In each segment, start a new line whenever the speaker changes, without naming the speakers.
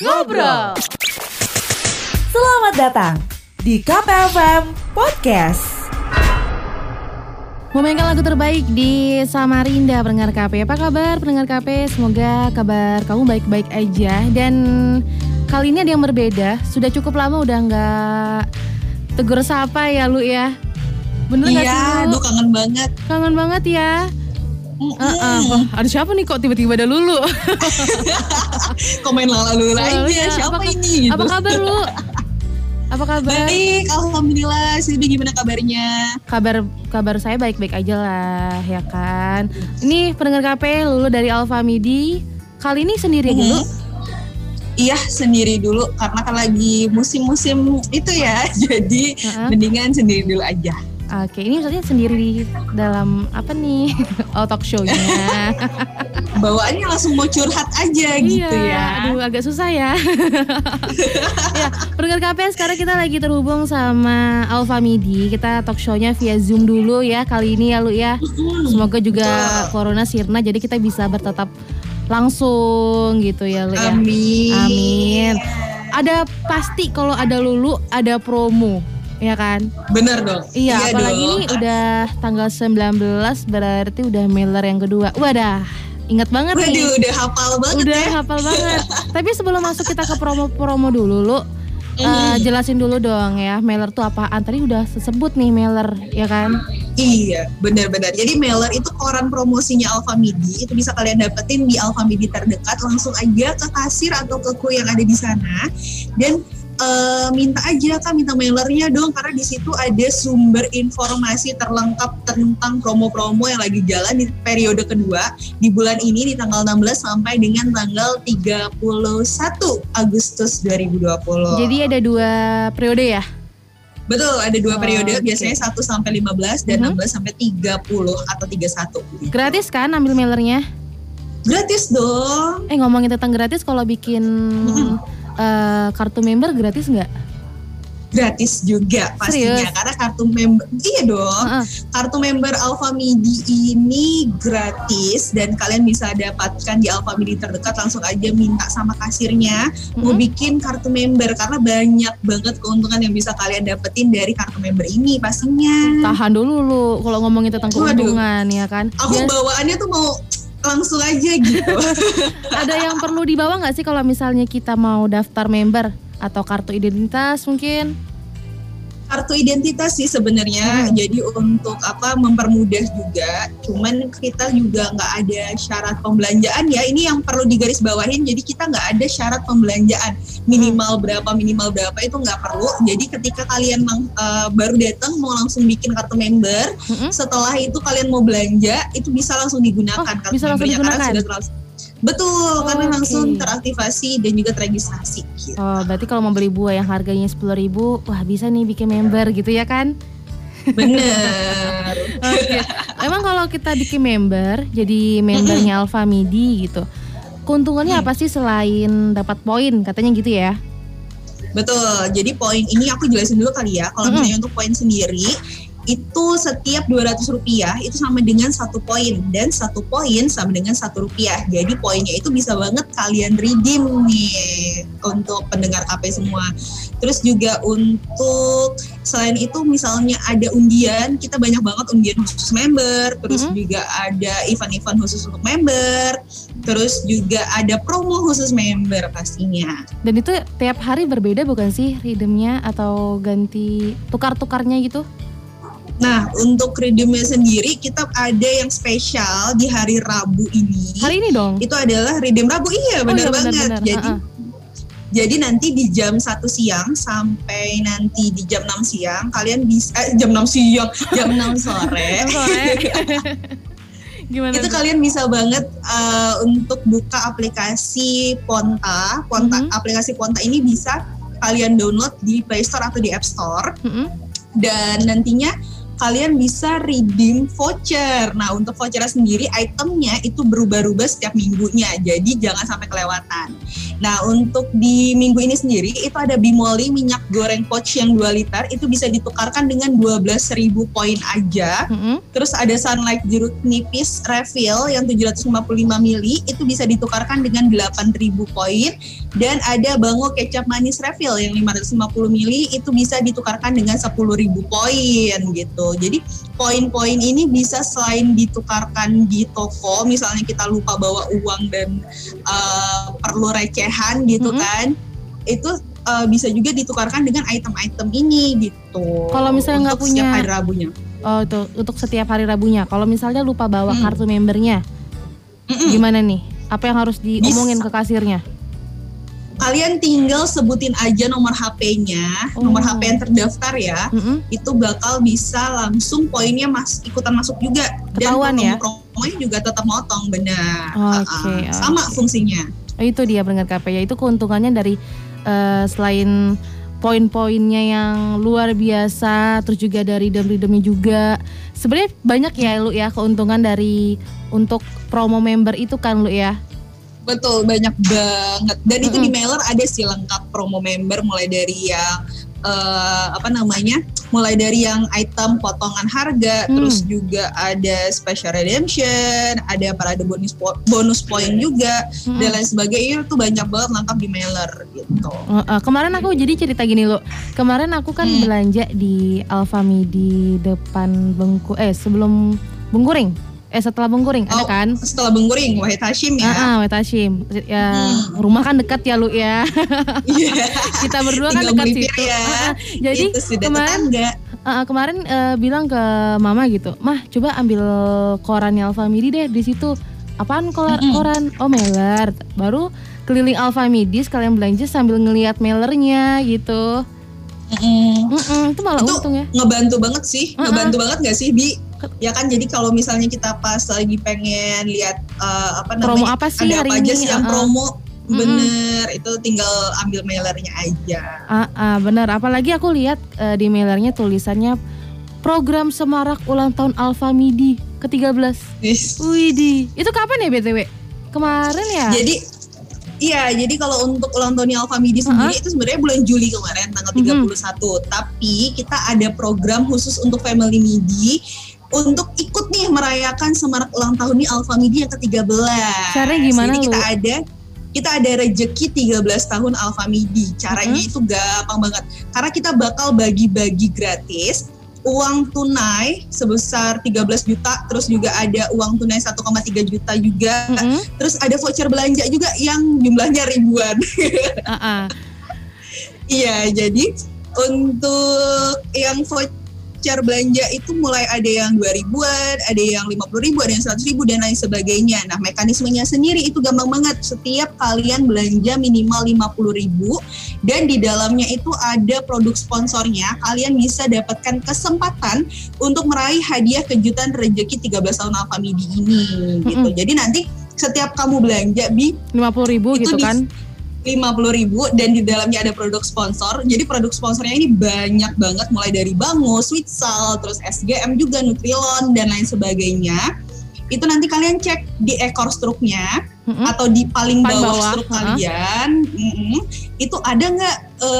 Ngobrol. Selamat datang di KPFM Podcast.
Memainkan lagu terbaik di Samarinda, pendengar KP. Apa kabar pendengar KP? Semoga kabar kamu baik-baik aja. Dan kali ini ada yang berbeda. Sudah cukup lama udah gak tegur sapa ya Lu ya. Bener gak sih Lu?
Iya, aduh kangen banget.
Kangen banget ya. Wah, ada siapa nih kok tiba-tiba ada Lulu?
Komen Lulu aja, siapa ini gitu.
Apa kabar Lu? Apa kabar?
Baik, alhamdulillah. Silvi gimana kabarnya?
Kabar saya baik-baik aja lah, ya kan. Ini pendengar KP Lulu dari Alfa Midi. Kali ini sendiri dulu.
Iya, sendiri dulu karena kan lagi musim-musim itu ya. Jadi mendingan sendiri dulu aja.
Oke, ini maksudnya sendiri dalam apa nih? Oh, talk show-nya.
Bawaannya langsung mau curhat aja gitu ya.
Aduh, agak susah ya. Ya, pendengar KP, sekarang kita lagi terhubung sama Alfa Midi. Kita talk show-nya via Zoom dulu ya kali ini ya Lu ya. Semoga juga corona sirna jadi kita bisa bertatap langsung gitu ya Lu ya. Amin. Ada pasti kalau ada Lulu ada promo. Iya kan?
Bener dong.
Iya apalagi dong. Ini udah tanggal 19 berarti udah mailer yang kedua. Wadah, ingat banget nih.
Waduh, udah hafal banget
hafal banget. Tapi sebelum masuk kita ke promo dulu, Lu jelasin dulu dong ya, mailer tuh apaan? Tadi udah sebut nih mailer, ya kan?
Iya, benar-benar. Jadi mailer itu koran promosinya Alfa Midi. Itu bisa kalian dapetin di Alfa Midi terdekat. Langsung aja ke kasir atau ke kru yang ada di sana. Dan minta mailernya dong, karena di situ ada sumber informasi terlengkap tentang promo-promo yang lagi jalan di periode kedua di bulan ini di tanggal 16 sampai dengan tanggal 31 Agustus 2020.
Jadi ada 2 periode ya?
Betul, ada 2 periode, biasanya 1 sampai 15 dan 16 sampai 30 atau 31.
Gratis kan ambil mailernya?
Gratis dong.
Ngomongin tentang gratis, kalau bikin kartu member gratis nggak?
Gratis juga pastinya. Serius? Karena kartu member, iya dong. Kartu member Alfa Midi ini gratis dan kalian bisa dapatkan di Alfa Midi terdekat. Langsung aja minta sama kasirnya mau bikin kartu member, karena banyak banget keuntungan yang bisa kalian dapetin dari kartu member ini pastinya.
Tahan dulu Lu kalau ngomongin tentang keuntungan. Ya kan.
Aku bawaannya tuh mau langsung aja gitu.
Ada yang perlu dibawa gak sih kalau misalnya kita mau daftar member? Atau kartu identitas mungkin?
Kartu identitas sih sebenarnya. Jadi untuk mempermudah juga. Cuman kita juga nggak ada syarat pembelanjaan ya. Ini yang perlu digarisbawahin. Jadi kita nggak ada syarat pembelanjaan minimal berapa itu nggak perlu. Jadi ketika kalian baru datang mau langsung bikin kartu member, setelah itu kalian mau belanja itu bisa langsung digunakan kartu
bisa langsung digunakan.
Betul, karena langsung teraktivasi dan juga teregistrasi gitu.
Oh, berarti kalau mau beli buah yang harganya 10.000, wah bisa nih bikin member gitu ya kan?
Bener.
Okay. Emang kalau kita bikin member, jadi membernya Alfa Midi gitu, keuntungannya apa sih selain dapat poin, katanya gitu ya?
Betul, jadi poin ini aku jelasin dulu kali ya. Kalau misalnya untuk poin sendiri, itu setiap Rp200 itu sama dengan 1 poin, dan 1 poin sama dengan Rp1. Jadi poinnya itu bisa banget kalian redeem nih untuk pendengar KP semua. Terus juga untuk selain itu misalnya ada undian, kita banyak banget undian khusus member. Terus juga ada event-event khusus untuk member. Terus juga ada promo khusus member pastinya.
Dan itu tiap hari berbeda bukan sih redeemnya atau ganti tukar-tukarnya gitu?
Nah, untuk redeemnya sendiri kita ada yang spesial di hari Rabu ini.
Hari ini dong?
Itu adalah redeem Rabu, benar banget. Jadi nanti di jam 1 siang sampai nanti di jam 6 siang kalian bisa jam 6 sore.
Gimana
itu kalian bisa banget untuk buka aplikasi Ponta. Aplikasi Ponta ini bisa kalian download di Play Store atau di App Store. Dan nantinya kalian bisa redeem voucher. Nah, untuk voucher sendiri itemnya itu berubah-ubah setiap minggunya, jadi jangan sampai kelewatan. Nah, untuk di minggu ini sendiri itu ada Bimoli minyak goreng pouch yang 2 liter itu bisa ditukarkan dengan 12.000 poin aja. Terus ada Sunlight jeruk nipis refill yang 755 ml itu bisa ditukarkan dengan 8.000 poin. Dan ada Bango kecap manis refill yang 550 ml itu bisa ditukarkan dengan 10.000 poin gitu. Jadi poin-poin ini bisa selain ditukarkan di toko, misalnya kita lupa bawa uang dan perlu recehan gitu kan, itu bisa juga ditukarkan dengan item-item ini gitu.
Kalau misalnya nggak punya
setiap hari Rabunya.
Oh itu untuk setiap hari Rabunya. Kalau misalnya lupa bawa kartu membernya, gimana nih? Apa yang harus diomongin ke kasirnya?
Kalian tinggal sebutin aja nomor HP-nya, nomor HP yang terdaftar ya, itu bakal bisa langsung poinnya ikutan masuk juga.
Ketahuan
dan
ya?
promonya juga tetap motong, benar.
Oke.
Sama fungsinya.
Itu dia pendengar KP ya, itu keuntungannya dari selain poin-poinnya yang luar biasa, terus juga dari redeem-redeemnya juga. Sebenarnya banyak ya Lu ya keuntungan dari untuk promo member itu kan Lu ya.
Betul, banyak banget. Dan itu di mailer ada sih lengkap promo member, mulai dari yang mulai dari yang item potongan harga, terus juga ada special redemption, ada parade bonus poin juga, dan lain sebagainya. Itu banyak banget lengkap di mailer gitu.
Kemarin aku jadi cerita gini loh. Kemarin aku kan belanja di Alfamidi depan sebelum Bengkuring. Setelah Bengkuring ada kan?
Setelah Bengkuring, Wahid Hashim ya.
Wahid Hashim. Ya, rumah kan dekat ya Lu ya. Kita berdua kan dekat situ.
Ya.
Jadi kemarin bilang ke Mama gitu, Mah coba ambil korannya Alfamidi deh di situ. Apaan koran? Oh mailer. Baru keliling Alfamidi sekalian belanja sambil ngelihat mailernya gitu. Itu malah untung ya.
Ngebantu banget sih. Ngebantu banget gak sih Bi? Ya kan, jadi kalau misalnya kita pas lagi pengen lihat
promo apa sih
ada
hari
apa aja
ini?
sih yang promo, bener, itu tinggal ambil mailernya aja.
Bener, apalagi aku lihat di mailernya tulisannya program semarak ulang tahun Alfamidi ke-13. Widih, itu kapan ya BTW? Kemarin ya?
Jadi kalau untuk ulang tahunnya Alfamidi sendiri itu sebenarnya bulan Juli kemarin tanggal 31. Tapi kita ada program khusus untuk Family Midi untuk ikut nih merayakan semarak ulang tahun nih Alfamidi yang ke-13.
Caranya gimana?
Jadi kita ada rejeki 13 tahun Alfamidi. Caranya itu gampang banget. Karena kita bakal bagi-bagi gratis uang tunai sebesar 13 juta, terus juga ada uang tunai 1,3 juta juga. Terus ada voucher belanja juga yang jumlahnya ribuan. Iya, jadi untuk yang voucher belanja itu mulai ada yang 2.000-an, ada yang 50.000, ada yang 100.000 dan lain sebagainya. Nah, mekanismenya sendiri itu gampang banget. Setiap kalian belanja minimal 50.000 dan di dalamnya itu ada produk sponsornya, kalian bisa dapatkan kesempatan untuk meraih hadiah kejutan rejeki 13 tahun Alfamidi ini gitu. Jadi nanti setiap kamu belanja
50.000 gitu kan?
50.000 dan di dalamnya ada produk sponsor. Jadi produk sponsornya ini banyak banget, mulai dari Bango, Sweetsal, terus SGM juga, Nutrilon dan lain sebagainya. Itu nanti kalian cek di ekor struknya atau di paling bawah struk kalian. Itu ada nggak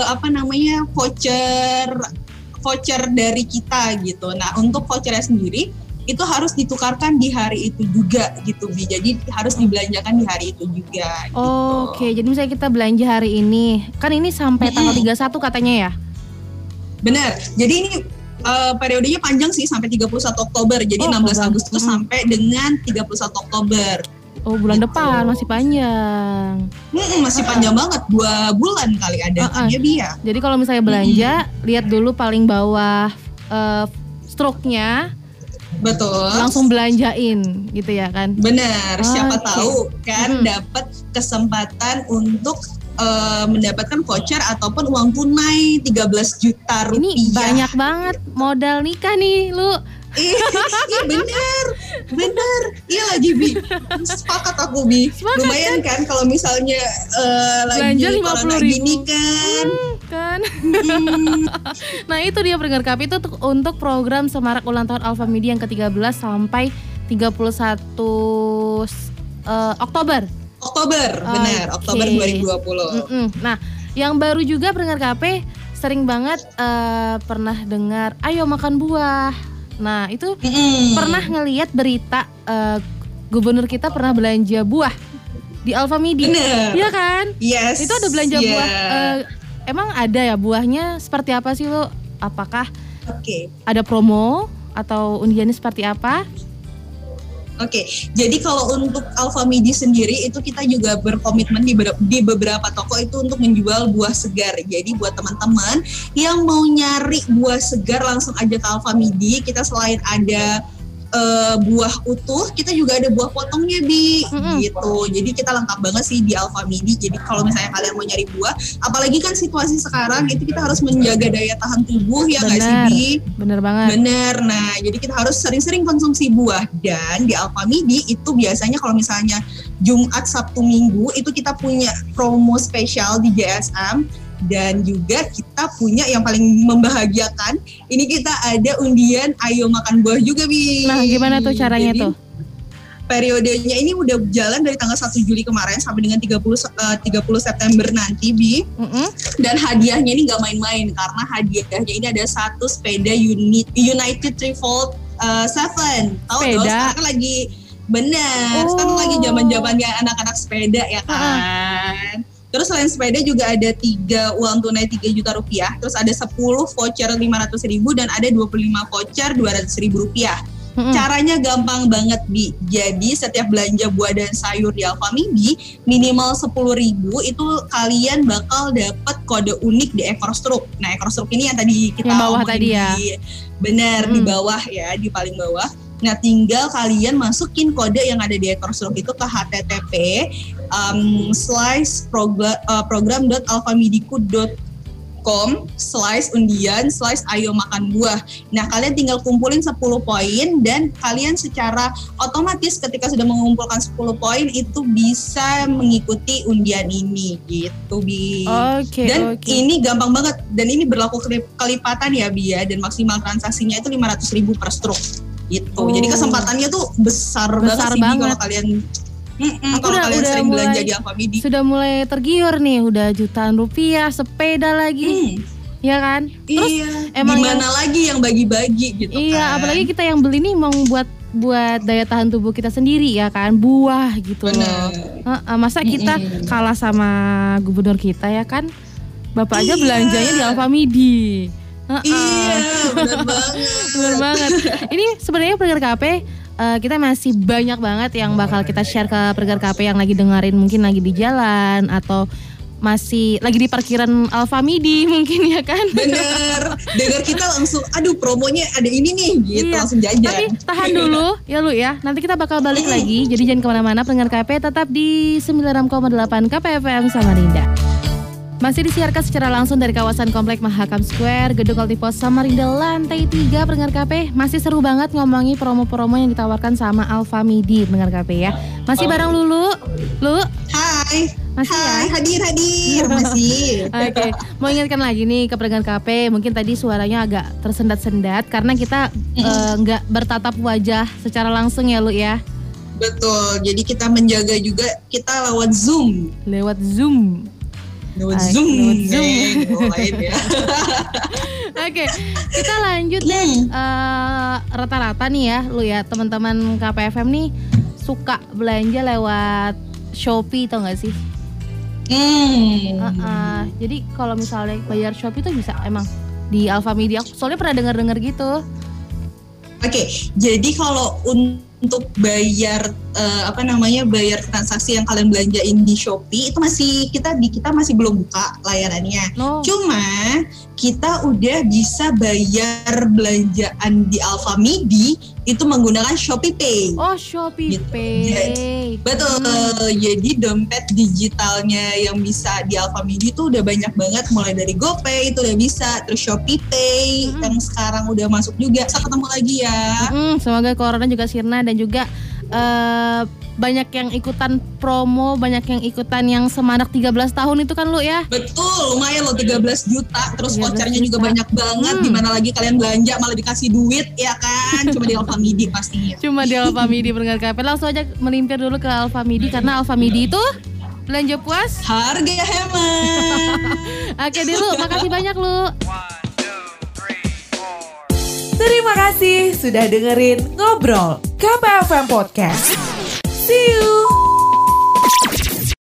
voucher dari kita gitu. Nah, untuk vouchernya sendiri itu harus ditukarkan di hari itu juga gitu Bi. Jadi harus dibelanjakan di hari itu juga gitu.
Oke, jadi misalnya kita belanja hari ini, kan ini sampai tanggal 31 katanya ya?
Benar. Jadi ini periodenya panjang sih sampai 31 Oktober. Jadi 16 Agustus sampai dengan 31 Oktober.
Oh, bulan depan masih panjang.
Masih panjang banget, 2 bulan kali ada Bi ya.
Jadi kalau misalnya belanja, lihat dulu paling bawah struknya.
Betul.
Langsung belanjain gitu ya kan?
Benar, siapa tahu kan dapat kesempatan untuk mendapatkan voucher ataupun uang tunai 13 juta rupiah.
Ini banyak banget modal nikah nih Lu.
Iya benar. Iya lagi Bi. Sepakat aku Bi. Lumayan kan kalau misalnya lagi corona gini kan.
kan. Nah itu dia pendengar KP, itu untuk program semarak ulang tahun Alfa Media yang ke-13 sampai 31 Oktober.
Benar, Oktober 2020.
Nah yang baru juga pendengar KP sering banget pernah dengar ayo makan buah. Nah itu pernah ngelihat berita gubernur kita pernah belanja buah di Alfa Media.
Bener.
Iya kan?
Yes.
Itu ada belanja buah. Emang ada ya buahnya seperti apa sih lo? Apakah ada promo atau undiannya seperti apa?
Oke, jadi kalau untuk Alfa Media sendiri itu kita juga berkomitmen di beberapa toko itu untuk menjual buah segar. Jadi buat teman-teman yang mau nyari buah segar langsung aja ke Alfa Media. Kita selain ada buah utuh, kita juga ada buah potongnya gitu. Jadi kita lengkap banget sih di Alfa Media. Jadi kalau misalnya kalian mau nyari buah, apalagi kan situasi sekarang itu kita harus menjaga daya tahan tubuh ya nggak sih Bi?
Bener banget.
Bener. Nah jadi kita harus sering-sering konsumsi buah. Dan di Alfa Media itu biasanya kalau misalnya Jumat, Sabtu, Minggu itu kita punya promo spesial di JSM. Dan juga kita punya yang paling membahagiakan, ini kita ada undian ayo makan buah juga Bi.
Nah gimana tuh caranya? Jadi, tuh?
Periodenya ini udah jalan dari tanggal 1 Juli kemarin sampai dengan 30 September nanti Bi. Dan hadiahnya ini gak main-main, karena hadiahnya ini ada satu sepeda United 3 Volt 7. Tahu sekarang kan lagi sekarang lagi zaman-zamannya anak-anak sepeda ya kan. Terus selain sepeda juga ada 3 uang tunai 3 juta rupiah. Terus ada 10 voucher 500.000 dan ada 25 voucher 200.000 rupiah. Caranya gampang banget Bi. Jadi setiap belanja buah dan sayur di Alfa Media minimal 10.000 itu kalian bakal dapat kode unik di EcoStroke. Nah EcoStroke ini yang tadi kita
yang bawah tadi ya.
Benar di bawah ya, di paling bawah. Nah tinggal kalian masukin kode yang ada di EcoStroke itu ke http://program.alfamediku.com/undian/ayo makan buah. Nah kalian tinggal kumpulin 10 poin dan kalian secara otomatis ketika sudah mengumpulkan 10 poin itu bisa mengikuti undian ini gitu Bi. Dan ini gampang banget dan ini berlaku kelipatan ya Bi ya, dan maksimal transaksinya itu 500.000 per stroke gitu. Jadi kesempatannya tuh besar banget sih Bi kalau kalian kalau kalian sering belanja di Alfa Media.
Sudah mulai tergiur nih, udah jutaan rupiah, sepeda lagi. Ya kan? Terus emang
gimana lagi yang bagi-bagi gitu kan.
Iya, apalagi kita yang beli nih mau buat daya tahan tubuh kita sendiri ya kan, buah gitu loh. Masa kita kalah sama gubernur kita ya kan? Bapak aja belanjanya di Alfa Media.
Iya, benar banget.
Benar banget. Ini sebenarnya pendengar KP, kita masih banyak banget yang bakal kita share ke pendengar KP yang lagi dengerin, mungkin lagi di jalan atau masih lagi di parkiran Alfa Media mungkin ya kan.
Bener, dengar kita langsung aduh promonya ada ini nih gitu, langsung jajan.
Tapi tahan dulu ya lu ya, nanti kita bakal balik lagi. Jadi jangan kemana-mana pendengar KP, tetap di 96,8 KPFM Samarinda. Masih disiarkan secara langsung dari kawasan Komplek Mahakam Square, Gedung Koltipos Samarinda lantai 3 pendengar KP. Masih seru banget ngomongi promo-promo yang ditawarkan sama Alfa Media pendengar KP ya. Masih bareng Lulu.
Hai.
Masih
Hai,
ya?
hadir masih.
Oke. Mau ingatkan lagi nih ke pendengar KP, mungkin tadi suaranya agak tersendat-sendat karena kita nggak bertatap wajah secara langsung ya Lu ya.
Betul. Jadi kita menjaga juga kita lewat Zoom.
Lewat Zoom.
Ya.
Oke, kita lanjut deh. Rata-rata nih ya, lu ya teman-teman KPFM nih suka belanja lewat Shopee, tau gak sih? Jadi kalau misalnya bayar Shopee tuh bisa emang di Alfa Media. Soalnya pernah dengar gitu. Oke,
jadi kalau untuk bayar bayar transaksi yang kalian belanjain di Shopee itu masih kita masih belum buka layanannya. Cuma kita udah bisa bayar belanjaan di Alfa Media itu menggunakan Shopee Pay.
Oh, Shopee
gitu.
Pay.
Betul. Jadi dompet digitalnya yang bisa di Alfa Media itu udah banyak banget, mulai dari GoPay itu udah bisa, terus Shopee Pay yang sekarang udah masuk juga. Sampai ketemu lagi ya.
Semoga corona juga sirna dan juga banyak yang ikutan promo, banyak yang ikutan yang semarak 13 tahun itu kan Lu ya?
Betul, lumayan loh 13 juta. Terus
13
vouchernya juga
juta.
banyak banget. Dimana lagi kalian belanja malah dikasih duit ya kan? Cuma di Alfamidi pastinya.
Cuma di Alfamidi pendengar KP. Langsung aja melimpir dulu ke Alfamidi karena Alfamidi itu belanja puas,
Harga hemat.
Oke deh Lu, makasih banyak Lu.
Terima kasih sudah dengerin Ngobrol KPFM Podcast. See you.